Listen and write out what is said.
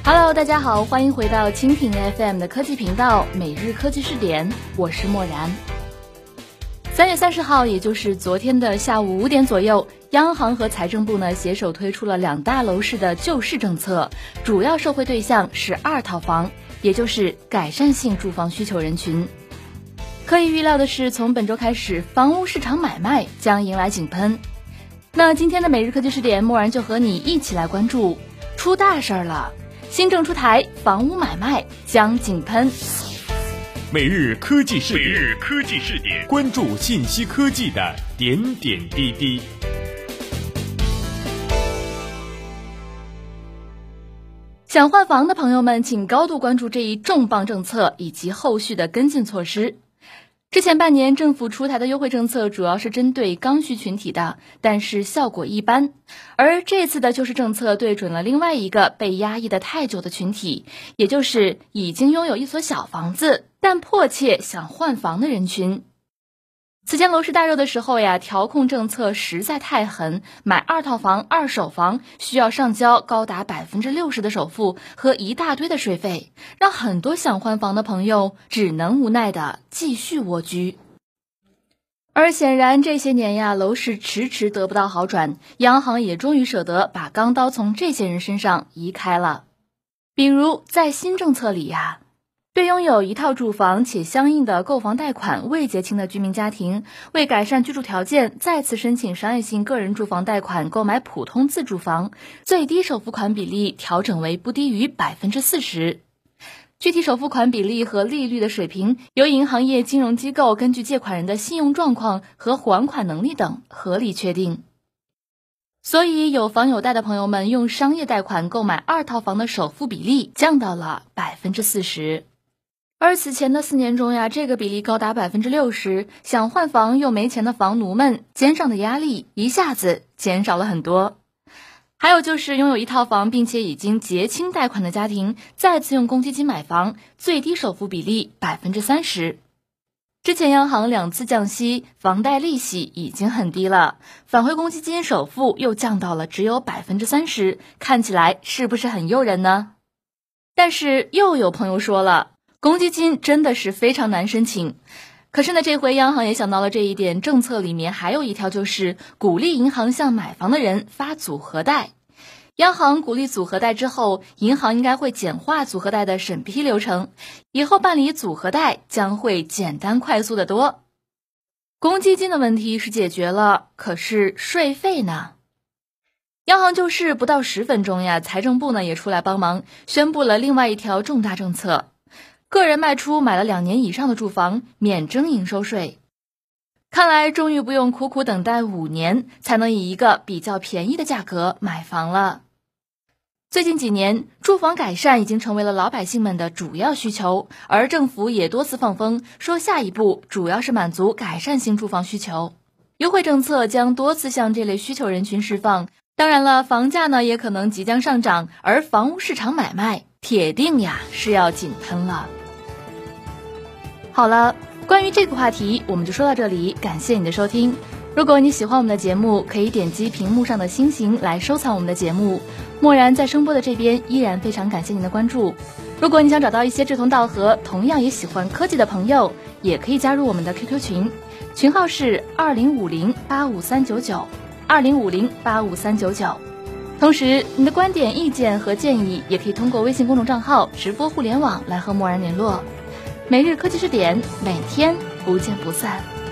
Hello， 大家好，欢迎回到蜻蜓 FM 的科技频道每日科技视点，我是漠然。3月30号，也就是昨天的下午5点左右，央行和财政部呢携手推出了2大楼市的救市政策，主要受惠对象是2套房，也就是改善性住房需求人群。可以预料的是，从本周开始，房屋市场买卖将迎来井喷。那今天的每日科技视点，漠然就和你一起来关注出大事了。新政出台，房屋买卖将井喷。 每日科技视点，关注信息科技的点点滴滴。 想换房的朋友们，请高度关注这一重磅政策以及后续的跟进措施。之前半年政府出台的优惠政策主要是针对刚需群体的，但是效果一般。而这次的救市政策对准了另外一个被压抑的太久的群体，也就是已经拥有一所小房子但迫切想换房的人群。此前楼市大热的时候呀，调控政策实在太狠，买2套房、2手房需要上交高达60%的首付和一大堆的税费，让很多想换房的朋友只能无奈的继续蜗居。而显然这些年呀，楼市迟迟得不到好转，央行也终于舍得把钢刀从这些人身上移开了。比如在新政策里呀，对拥有1套住房且相应的购房贷款未结清的居民家庭，为改善居住条件，再次申请商业性个人住房贷款购买普通自住房，最低首付款比例调整为不低于40%。具体首付款比例和利率的水平，由银行业金融机构根据借款人的信用状况和还款能力等合理确定。所以有房有贷的朋友们用商业贷款购买2套房的首付比例降到了40%。而此前的4年中呀，这个比例高达60%，想换房又没钱的房奴们肩上的压力一下子减少了很多。还有就是拥有1套房并且已经结清贷款的家庭，再次用公积金买房，最低首付比例30%。之前央行2次降息，房贷利息已经很低了，返回公积金首付又降到了只有30%，看起来是不是很诱人呢？但是又有朋友说了，公积金真的是非常难申请。可是呢，这回央行也想到了这一点，政策里面还有一条，就是鼓励银行向买房的人发组合贷。央行鼓励组合贷之后，银行应该会简化组合贷的审批流程，以后办理组合贷将会简单快速得多。公积金的问题是解决了，可是税费呢？央行救市不到10分钟呀，财政部呢也出来帮忙，宣布了另外一条重大政策。个人卖出买了2年以上的住房免征营收税。看来终于不用苦苦等待5年才能以一个比较便宜的价格买房了。最近几年，住房改善已经成为了老百姓们的主要需求，而政府也多次放风说下一步主要是满足改善性住房需求。优惠政策将多次向这类需求人群释放，当然了，房价呢也可能即将上涨，而房屋市场买卖铁定呀是要井喷了。好了，关于这个话题我们就说到这里，感谢你的收听。如果你喜欢我们的节目，可以点击屏幕上的星星来收藏我们的节目。漠然在声波的这边依然非常感谢您的关注。如果你想找到一些志同道合，同样也喜欢科技的朋友，也可以加入我们的 QQ 群，群号是2050-85399，2050-85399。同时，你的观点、意见和建议也可以通过微信公众账号直播互联网来和漠然联络。每日科技视点，每天不见不散。